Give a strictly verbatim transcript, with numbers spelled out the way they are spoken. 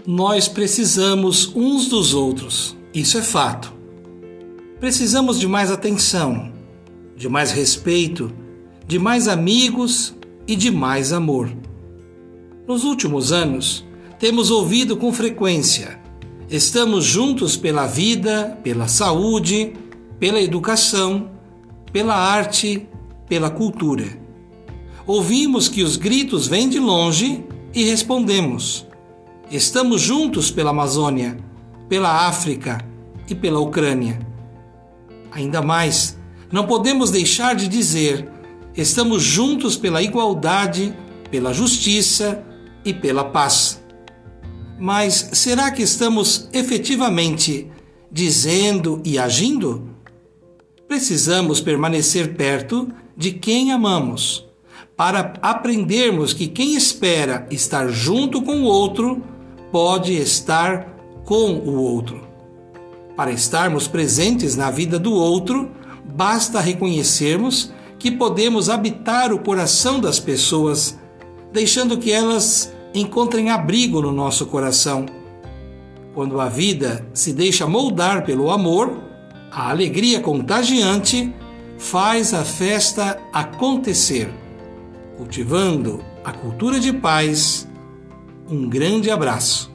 Nós precisamos uns dos outros, isso é fato. Precisamos de mais atenção, de mais respeito, de mais amigos e de mais amor. Nos últimos anos, temos ouvido com frequência: estamos juntos pela vida, pela saúde, pela educação, pela arte, pela cultura. Ouvimos que os gritos vêm de longe e respondemos: estamos juntos pela Amazônia, pela África e pela Ucrânia. Ainda mais, não podemos deixar de dizer: estamos juntos pela igualdade, pela justiça e pela paz. Mas será que estamos efetivamente dizendo e agindo? Precisamos permanecer perto de quem amamos, para aprendermos que quem espera estar junto com o outro pode estar com o outro. Para estarmos presentes na vida do outro, basta reconhecermos que podemos habitar o coração das pessoas, deixando que elas encontrem abrigo no nosso coração. Quando a vida se deixa moldar pelo amor, a alegria contagiante faz a festa acontecer. Cultivando a cultura de paz, um grande abraço.